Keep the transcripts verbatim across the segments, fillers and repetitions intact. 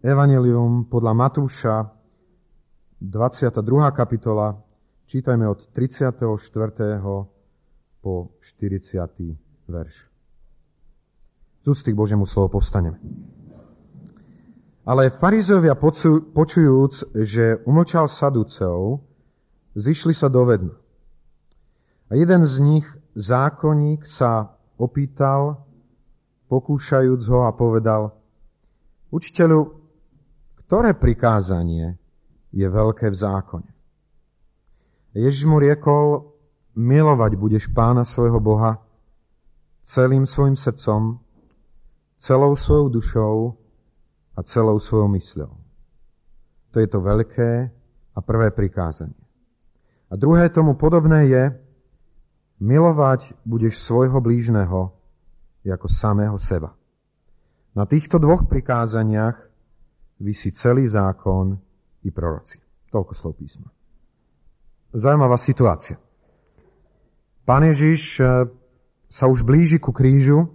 Evanjelium podľa Matúša, dvadsiata druhá kapitola, čítajme od tridsiateho štvrtého po štyridsiaty verš. Z úcty k Božiemu slovu povstaneme. Ale farizejovia počujúc, že umlčal Saduceov, zišli sa do Vedna. A jeden z nich, zákonník, sa opýtal, pokúšajúc ho, a povedal: Učiteľu, ktoré prikázanie je veľké v zákone? Ježiš mu riekol: milovať budeš Pána svojho Boha celým svojim srdcom, celou svojou dušou a celou svojou mysľou. To je to veľké a prvé prikázanie. A druhé tomu podobné je: milovať budeš svojho blížneho ako samého seba. Na týchto dvoch prikázaniach visí celý zákon i proroci. Toľko slov písma. Zaujímavá situácia. Pán Ježiš sa už blíži ku krížu.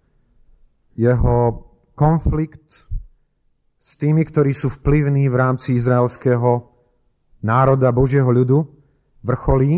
Jeho konflikt s tými, ktorí sú vplyvní v rámci izraelského národa, Božieho ľudu, vrcholí.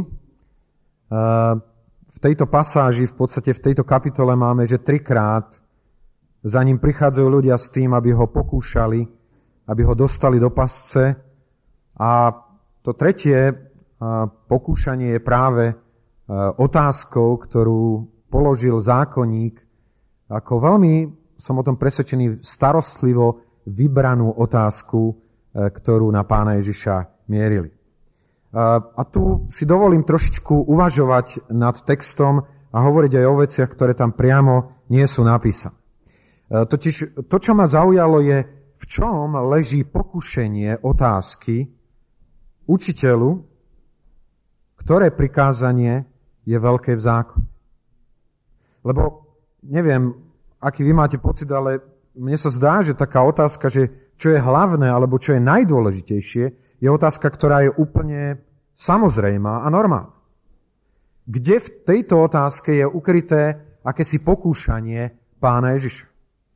V tejto pasáži, v podstate v tejto kapitole máme, že trikrát za ním prichádzajú ľudia s tým, aby ho pokúšali, aby ho dostali do pasce. A to tretie pokúšanie je práve otázkou, ktorú položil zákonník, ako veľmi, som o tom presvedčený, starostlivo vybranú otázku, ktorú na Pána Ježiša mierili. A tu si dovolím trošičku uvažovať nad textom a hovoriť aj o veciach, ktoré tam priamo nie sú napísané. Totiž to, čo ma zaujalo, je, v čom leží pokušenie otázky: učiteľu, ktoré prikázanie je veľké v zákone. Lebo neviem, aký vy máte pocit, ale mne sa zdá, že taká otázka, že čo je hlavné alebo čo je najdôležitejšie, je otázka, ktorá je úplne samozrejmá a normálna. Kde v tejto otázke je ukryté akési pokúšanie Pána Ježiša?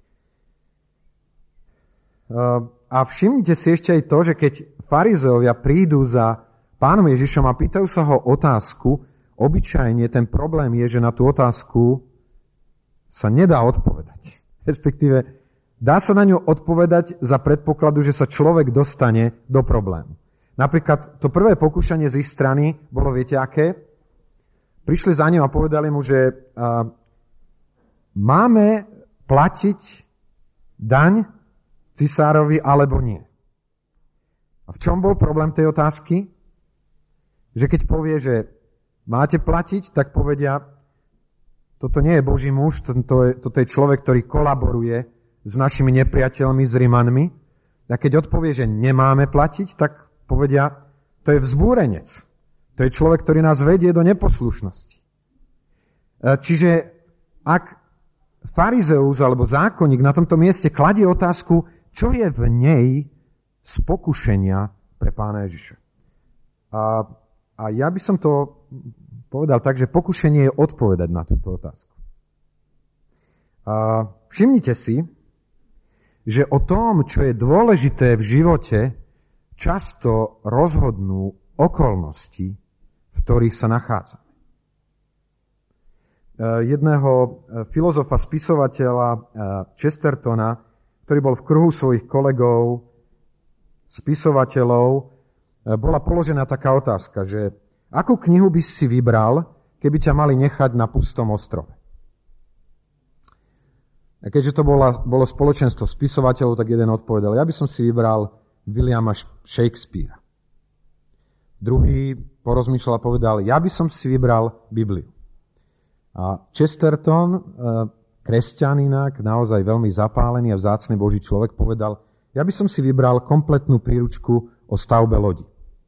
A všimnite si ešte aj to, že keď farizejovia prídu za Pánom Ježišom a pýtajú sa ho otázku, obyčajne ten problém je, že na tú otázku sa nedá odpovedať. Respektíve dá sa na ňu odpovedať za predpokladu, že sa človek dostane do problému. Napríklad to prvé pokúšanie z ich strany bolo, viete aké? Prišli za ním a povedali mu, že uh, máme platiť daň cisárovi alebo nie. A v čom bol problém tej otázky? Že keď povie, že máte platiť, tak povedia: toto nie je Boží muž, toto je, toto je človek, ktorý kolaboruje s našimi nepriateľmi, s Rimanmi. A keď odpovie, že nemáme platiť, tak povedia: to je vzbúrenec. To je človek, ktorý nás vedie do neposlušnosti. Čiže ak farizeus alebo zákonník na tomto mieste kladie otázku, čo je v nej z pokušenia pre Pána Ježiša. A, a ja by som to povedal tak, že pokušenie je odpovedať na túto otázku. A všimnite si, že o tom, čo je dôležité v živote, často rozhodnú okolnosti, v ktorých sa nachádzame. Jedného filozofa, spisovateľa Chestertona, ktorý bol v kruhu svojich kolegov, spisovateľov, bola položená taká otázka, že akú knihu by si vybral, keby ťa mali nechať na pustom ostrove? A keďže to bola, bolo spoločenstvo spisovateľov, tak jeden odpovedal: ja by som si vybral Williama Shakespearea. Druhý porozmýšľal a povedal: ja by som si vybral Bibliu. A Chesterton, kresťan inak, naozaj veľmi zapálený a vzácny Boží človek, povedal: ja by som si vybral kompletnú príručku o stavbe lodi.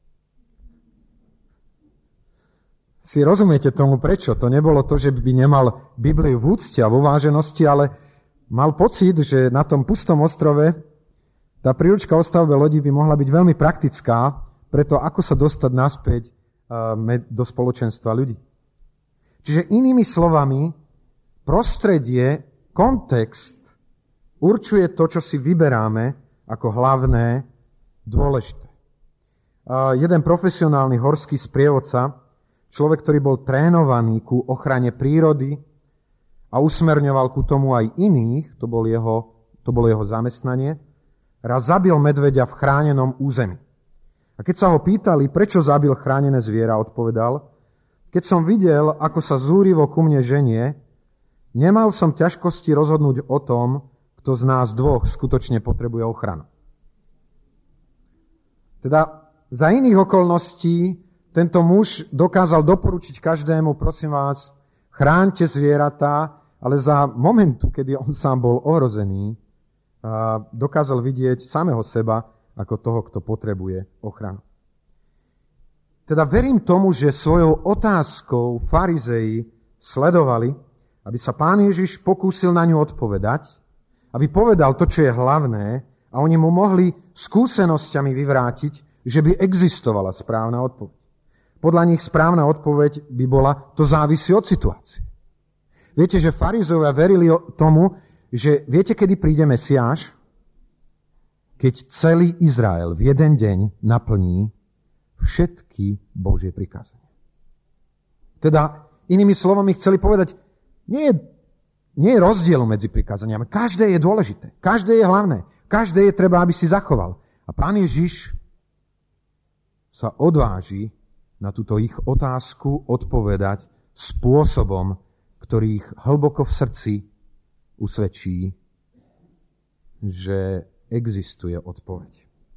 Si rozumiete tomu prečo? To nebolo to, že by nemal Bibliu v úcte a vo váženosti, ale mal pocit, že na tom pustom ostrove tá príručka o stavbe lodi by mohla byť veľmi praktická, preto ako sa dostať naspäť do spoločenstva ľudí. Čiže inými slovami, prostredie, kontext určuje to, čo si vyberáme ako hlavné, dôležité. A jeden profesionálny horský sprievodca, človek, ktorý bol trénovaný ku ochrane prírody a usmerňoval ku tomu aj iných, to, bol jeho, to bolo jeho zamestnanie, raz zabil medveďa v chránenom území. A keď sa ho pýtali, prečo zabil chránené zviera, odpovedal: keď som videl, ako sa zúrivo ku mne ženie, nemal som ťažkosti rozhodnúť o tom, kto z nás dvoch skutočne potrebuje ochranu. Teda za iných okolností tento muž dokázal doporučiť každému: prosím vás, chráňte zvieratá, ale za momentu, kedy on sám bol ohrozený, dokázal vidieť samého seba ako toho, kto potrebuje ochranu. Teda verím tomu, že svojou otázkou farizei sledovali, aby sa Pán Ježiš pokúsil na ňu odpovedať, aby povedal to, čo je hlavné, a oni mu mohli skúsenosťami vyvrátiť, že by existovala správna odpoveď. Podľa nich správna odpoveď by bola: to závisí od situácie. Viete, že farizovia verili tomu, že viete, kedy príde Mesiáš? Keď celý Izrael v jeden deň naplní všetky Božie prikázania. Teda, inými slovami, chceli povedať, nie je, nie je rozdielu medzi prikázaniami. Každé je dôležité. Každé je hlavné. Každé je treba, aby si zachoval. A Pán Ježiš sa odváži na túto ich otázku odpovedať spôsobom, ktorý ich hlboko v srdci usvedčí, že existuje odpoveď.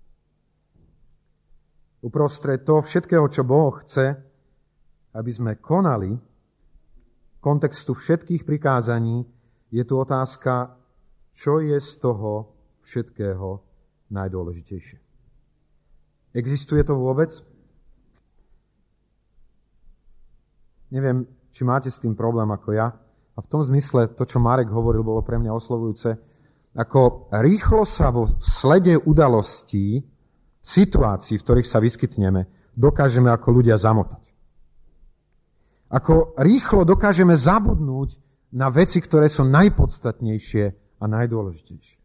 Uprostred toho všetkého, čo Boh chce, aby sme konali, v kontextu všetkých prikázaní, je tu otázka, čo je z toho všetkého najdôležitejšie. Existuje to vôbec? Neviem, či máte s tým problém ako ja. A v tom zmysle to, čo Marek hovoril, bolo pre mňa oslovujúce. Ako rýchlo sa vo slede udalostí, situácií, v ktorých sa vyskytneme, dokážeme ako ľudia zamotať. Ako rýchlo dokážeme zabudnúť na veci, ktoré sú najpodstatnejšie a najdôležitejšie.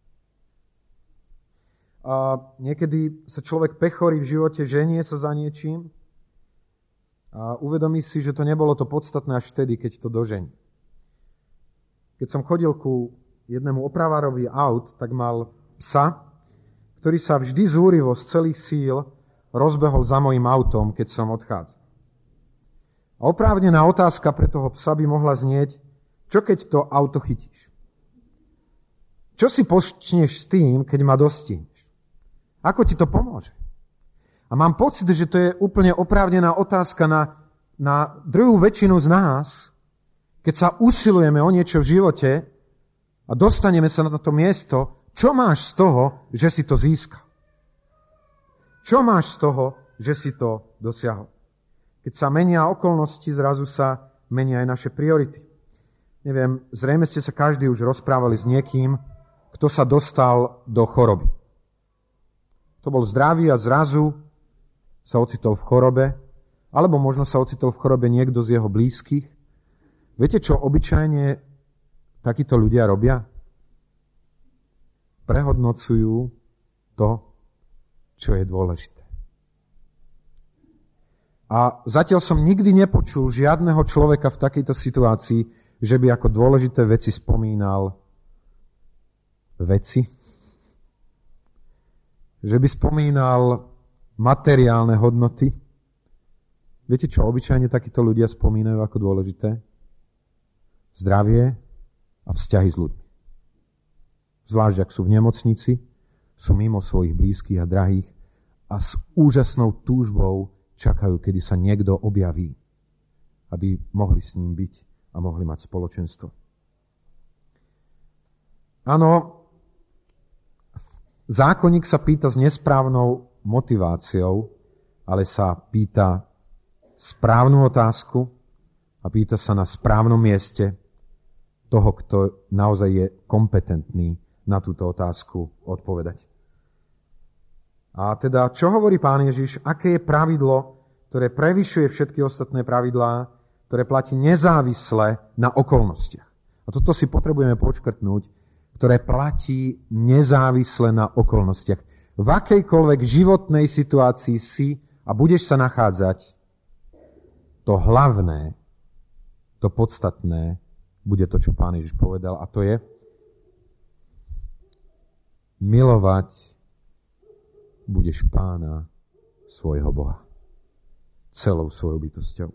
A niekedy sa človek pechorí v živote, ženie sa za niečím a uvedomí si, že to nebolo to podstatné až vtedy, keď to dožení. Keď som chodil ku jednému opravárovi aut, tak mal psa, ktorý sa vždy zúrivo z celých síl rozbehol za mojím autom, keď som odchádzal. A oprávnená otázka pre toho psa by mohla znieť: čo keď to auto chytíš? Čo si počneš s tým, keď ma dostihneš? Ako ti to pomôže? A mám pocit, že to je úplne oprávnená otázka na, na druhú väčšinu z nás, keď sa usilujeme o niečo v živote a dostaneme sa na to miesto. Čo máš z toho, že si to získal? Čo máš z toho, že si to dosiahol? Keď sa menia okolnosti, zrazu sa menia aj naše priority. Neviem, zrejme ste sa každý už rozprávali s niekým, kto sa dostal do choroby. To bol zdravý a zrazu sa ocitol v chorobe, alebo možno sa ocitol v chorobe niekto z jeho blízkych. Viete, čo obyčajne takíto ľudia robia? Prehodnocujú to, čo je dôležité. A zatiaľ som nikdy nepočul žiadneho človeka v takejto situácii, že by ako dôležité veci spomínal veci, že by spomínal materiálne hodnoty. Viete, čo obyčajne takíto ľudia spomínajú ako dôležité? Zdravie a vzťahy s ľuďmi. Zvlášť, ak sú v nemocnici, sú mimo svojich blízkych a drahých a s úžasnou túžbou čakajú, kedy sa niekto objaví, aby mohli s ním byť a mohli mať spoločenstvo. Áno, zákonník sa pýta s nesprávnou motiváciou, ale sa pýta správnu otázku a pýta sa na správnom mieste toho, kto naozaj je kompetentný na túto otázku odpovedať. A teda, čo hovorí Pán Ježiš? Aké je pravidlo, ktoré prevyšuje všetky ostatné pravidlá, ktoré platí nezávisle na okolnostiach? A toto si potrebujeme počkrtnúť. ktoré platí nezávisle na okolnostiach. V akejkoľvek životnej situácii si a budeš sa nachádzať, to hlavné, to podstatné bude to, čo Pán Ježiš povedal, a to je milovať budeš Pána svojho Boha celou svojou bytosťou.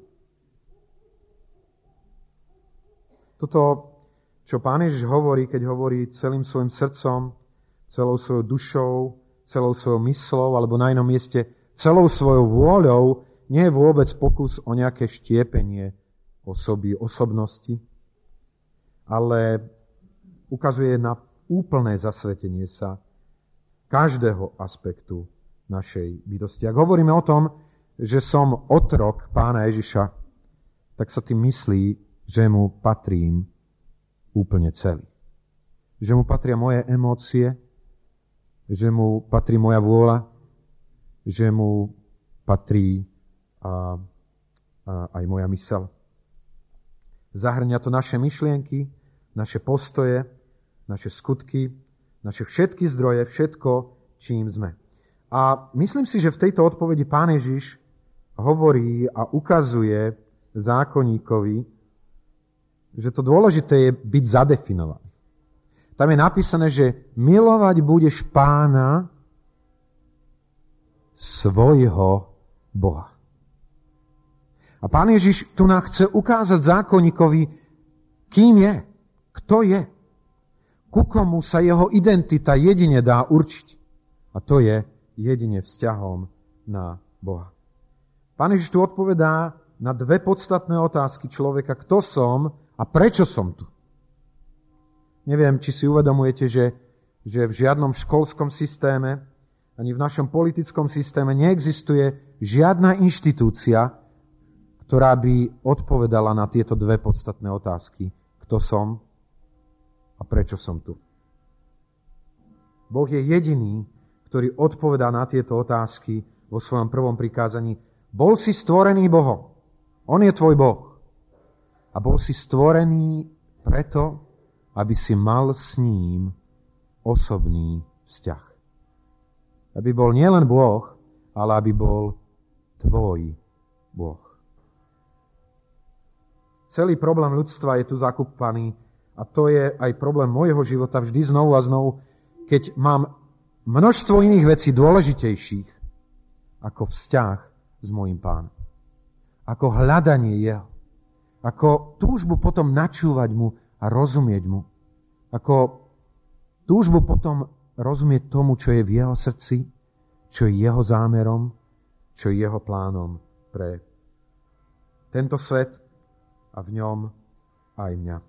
Toto, čo Pán Ježiš hovorí, keď hovorí celým svojim srdcom, celou svojou dušou, celou svojou myslou, alebo na inom mieste celou svojou vôľou, nie je vôbec pokus o nejaké štiepenie osoby, osobnosti, ale ukazuje na úplné zasvetenie sa každého aspektu našej bytosti. Ak hovoríme o tom, že som otrok Pána Ježiša, tak sa tým myslí, že mu patrím úplne celý. Že mu patria moje emócie, že mu patrí moja vôľa, že mu patrí a, a aj moja myseľ. Zahrňa to naše myšlienky, naše postoje, naše skutky, naše všetky zdroje, všetko, čím sme. A myslím si, že v tejto odpovedi Pán Ježiš hovorí a ukazuje zákonníkovi, že to dôležité je byť zadefinovaný. Tam je napísané, že milovať budeš Pána svojho Boha. A Pán Ježiš tu nám chce ukázať zákonníkovi, kým je, kto je, ku komu sa jeho identita jedine dá určiť. A to je jedine vzťahom na Boha. Pán Ježiš tu odpovedá na dve podstatné otázky človeka, kto som a prečo som tu. Neviem, či si uvedomujete, že, že v žiadnom školskom systéme ani v našom politickom systéme neexistuje žiadna inštitúcia, ktorá by odpovedala na tieto dve podstatné otázky. Kto som a prečo som tu. Boh je jediný, ktorý odpovedá na tieto otázky vo svojom prvom prikázaní. Bol si stvorený Bohom. On je tvoj Boh. A bol si stvorený preto, aby si mal s ním osobný vzťah. Aby bol nielen Boh, ale aby bol tvoj Boh. Celý problém ľudstva je tu zakúpaný a to je aj problém môjho života vždy znovu a znovu, keď mám množstvo iných vecí dôležitejších ako vzťah s mojím Pánom. Ako hľadanie jeho. Ako túžbu potom načúvať mu a rozumieť mu. Ako túžbu potom rozumieť tomu, čo je v jeho srdci, čo je jeho zámerom, čo je jeho plánom pre tento svet a v ňom aj mňa.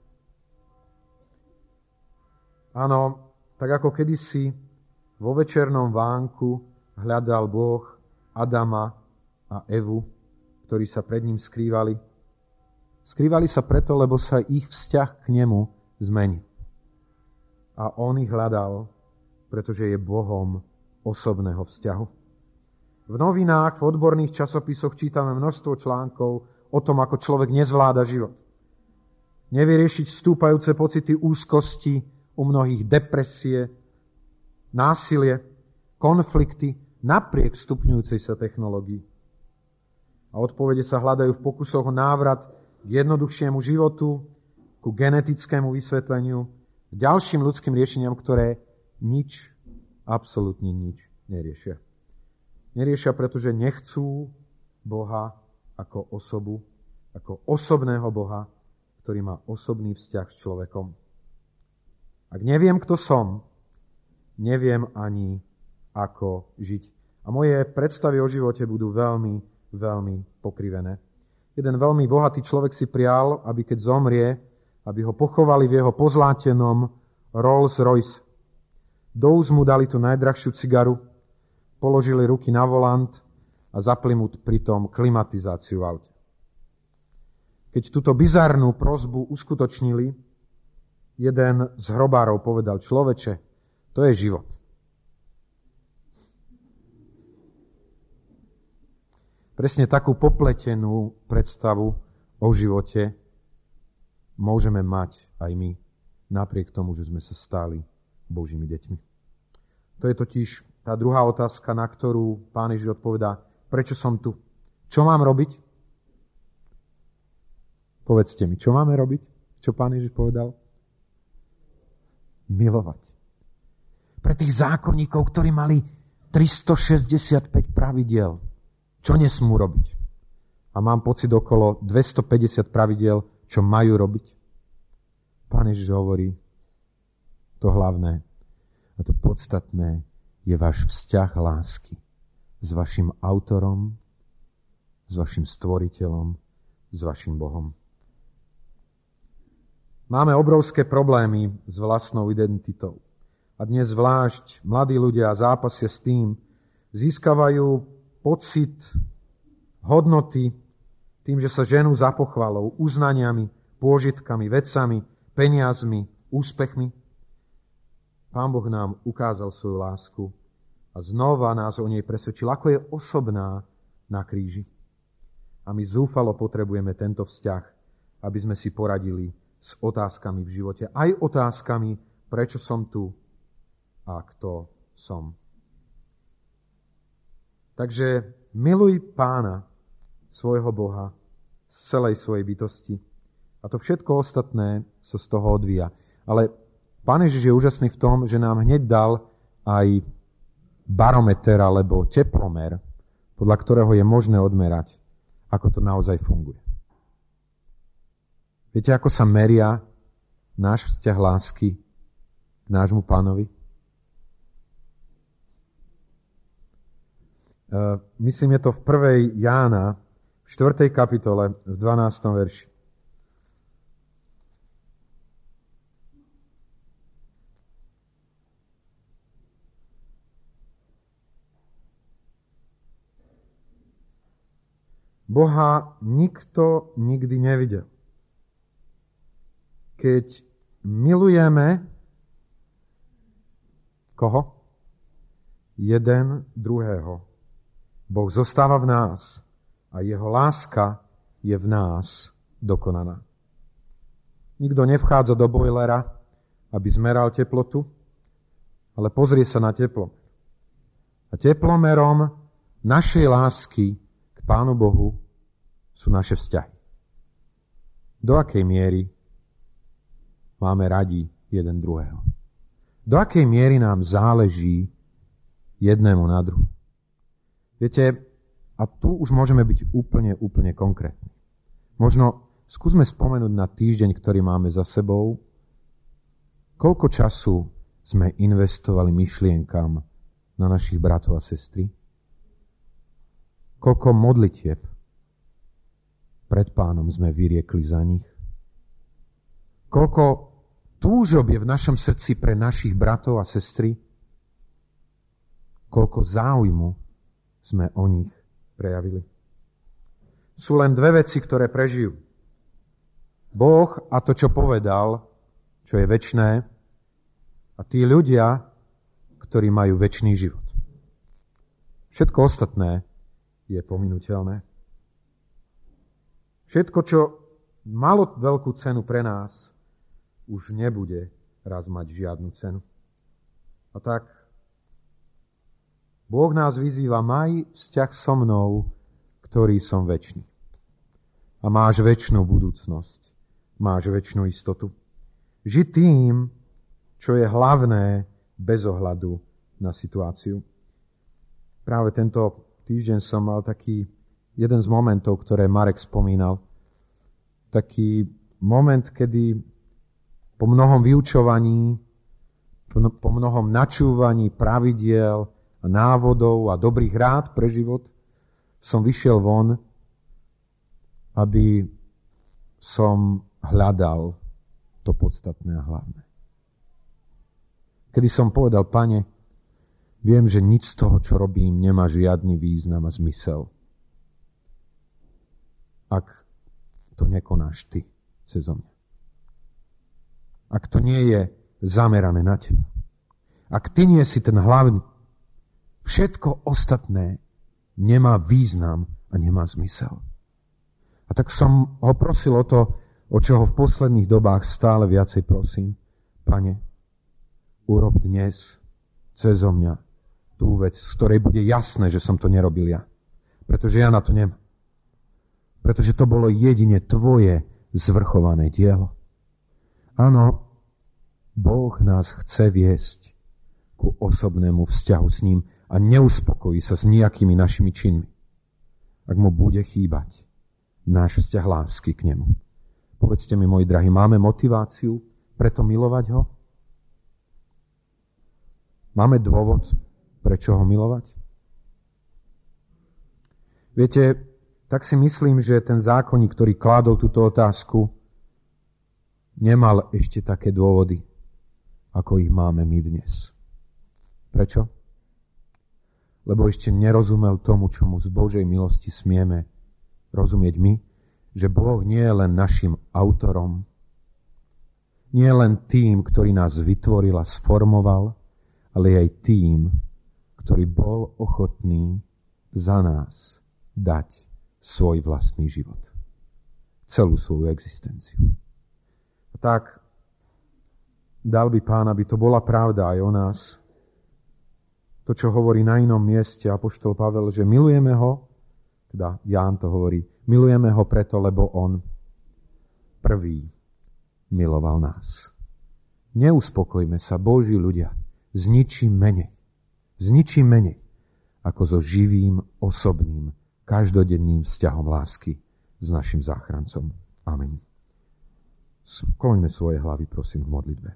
Áno, tak ako kedysi vo večernom vánku hľadal Boh Adama a Evu, ktorí sa pred ním skrývali. Skrývali sa preto, lebo sa ich vzťah k nemu zmenil. A on ich hľadal, pretože je Bohom osobného vzťahu. V novinách, v odborných časopisoch čítame množstvo článkov o tom, ako človek nezvláda život. Nevie riešiť stúpajúce pocity úzkosti, u mnohých depresie, násilie, konflikty napriek stupňujúcej sa technológii. A odpovede sa hľadajú v pokusoch o návrat k jednoduchšiemu životu, ku genetickému vysvetleniu, k ďalším ľudským riešeniam, ktoré nič, absolútne nič neriešia. Neriešia, pretože nechcú Boha ako osobu, ako osobného Boha, ktorý má osobný vzťah s človekom. Ak neviem, kto som, neviem ani, ako žiť. A moje predstavy o živote budú veľmi, veľmi pokrivené. Jeden veľmi bohatý človek si prial, aby keď zomrie, aby ho pochovali v jeho pozlátenom Rolls Royce. Do úst mu dali tú najdrahšiu cigaru, položili ruky na volant a zapli mu pritom klimatizáciu v aute. Keď túto bizarnú prosbu uskutočnili, jeden z hrobárov povedal: človeče, to je život. Presne takú popletenú predstavu o živote môžeme mať aj my. napriek tomu, že sme sa stali Božími deťmi. To je totiž tá druhá otázka, na ktorú Pán Ježiš odpovedá, prečo som tu? Čo mám robiť? Povedzte mi, čo máme robiť? Čo Pán Ježiš povedal? Milovať. Pre tých zákonníkov, ktorí mali tristošesťdesiatpäť pravidiel, čo nesmú robiť? A mám pocit okolo dvestopäťdesiat pravidiel, čo majú robiť? Pán Ježiš hovorí, to hlavné a to podstatné je váš vzťah lásky s vašim autorom, s vašim stvoriteľom, s vašim Bohom. Máme obrovské problémy s vlastnou identitou. A dnes zvlášť mladí ľudia zápasia s tým, získavajú pocit hodnoty tým, že sa ženú za pochvalou, uznaniami, pôžitkami, vecami, peniazmi, úspechmi. Pán Boh nám ukázal svoju lásku a znova nás o nej presvedčil, ako je osobná na kríži. A my zúfalo potrebujeme tento vzťah, aby sme si poradili s otázkami v živote. Aj otázkami, prečo som tu a kto som. Takže miluj Pána, svojho Boha, z celej svojej bytosti. A to všetko ostatné sa z toho odvíja. Ale Pán Ježiš je úžasný v tom, že nám hneď dal aj barometer alebo teplomer, podľa ktorého je možné odmerať, ako to naozaj funguje. Viete, ako sa meria náš vzťah lásky k nášmu Pánovi? Uh, myslím, je to v prvej Jána, v štvrtej kapitole, v dvanástom verši. Boha nikto nikdy nevidel. Keď milujeme koho? Jeden druhého. Boh zostáva v nás a jeho láska je v nás dokonaná. Nikto nevchádza do bojlera, aby zmeral teplotu, ale pozrie sa na teplomer. A teplomerom našej lásky k Pánu Bohu sú naše vzťahy. Do akej miery máme radi jeden druhého? Do akej miery nám záleží jednému na druhom? Viete, a tu už môžeme byť úplne, úplne konkrétni. Možno skúsme spomenúť na týždeň, ktorý máme za sebou, koľko času sme investovali myšlienkam na našich bratov a sestry? Koľko modlitieb pred Pánom sme vyriekli za nich? Koľko túžob je v našom srdci pre našich bratov a sestry? Koľko záujmu sme o nich prejavili? Sú len dve veci, ktoré prežijú. Boh a to, čo povedal, čo je večné, a tí ľudia, ktorí majú večný život. Všetko ostatné je pominuteľné. Všetko, čo malo veľkú cenu pre nás, už nebude raz mať žiadnu cenu. A tak Boh nás vyzýva, maj vzťah so mnou, ktorý som večný. A máš večnú budúcnosť, máš večnú istotu. Ži tým, čo je hlavné, bez ohľadu na situáciu. Práve tento týždeň som mal taký jeden z momentov, ktoré Marek spomínal. Taký moment, kedy po mnohom vyučovaní, po mnohom načúvaní pravidiel a návodov a dobrých rád pre život som vyšiel von, aby som hľadal to podstatné a hlavné. Kedy som povedal, Pane, viem, že nič z toho, čo robím, nemá žiadny význam a zmysel, ak to nekonáš ty cezo mňa. Ak to nie je zamerané na teba. Ak ty nie si ten hlavný, všetko ostatné nemá význam a nemá zmysel. A tak som ho prosil o to, o čo ho v posledných dobách stále viacej prosím, Pane, urob dnes cezo mňa tú vec, z ktorej bude jasné, že som to nerobil ja. Pretože ja na to nemám. Pretože to bolo jedine tvoje zvrchované dielo. Áno, Boh nás chce viesť ku osobnému vzťahu s ním a neuspokojí sa s nejakými našimi činmi. Ak mu bude chýbať náš vzťah lásky k nemu. Povedzte mi, moji drahí, máme motiváciu preto milovať ho? Máme dôvod, prečo ho milovať? Viete, tak si myslím, že ten zákonník, ktorý kládol túto otázku, nemal ešte také dôvody, ako ich máme my dnes. Prečo? Lebo ešte nerozumel tomu, čomu z Božej milosti smieme rozumieť my, že Boh nie je len našim autorom, nie je len tým, ktorý nás vytvoril a sformoval, ale aj tým, ktorý bol ochotný za nás dať svoj vlastný život. Celú svoju existenciu. A tak dal by Pán, aby to bola pravda aj o nás. To, čo hovorí na inom mieste apoštol Pavel, že milujeme ho, teda Ján to hovorí, milujeme ho preto, lebo on prvý miloval nás. Neuspokojme sa, Boží ľudia, s ničím menej. S ničím menej, ako so živým, osobným, každodenným vzťahom lásky s našim záchrancom. Amen. Skloňme svoje hlavy, prosím, k modlitbe.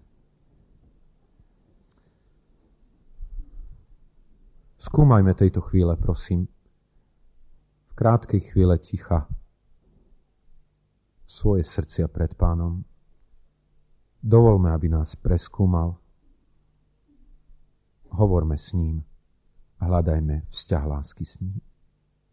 Skúmajme tejto chvíle, prosím, v krátkej chvíle ticha svoje srdcia pred Pánom. Dovolme, aby nás preskúmal. Hovorme s ním a hľadajme vzťah lásky s ním.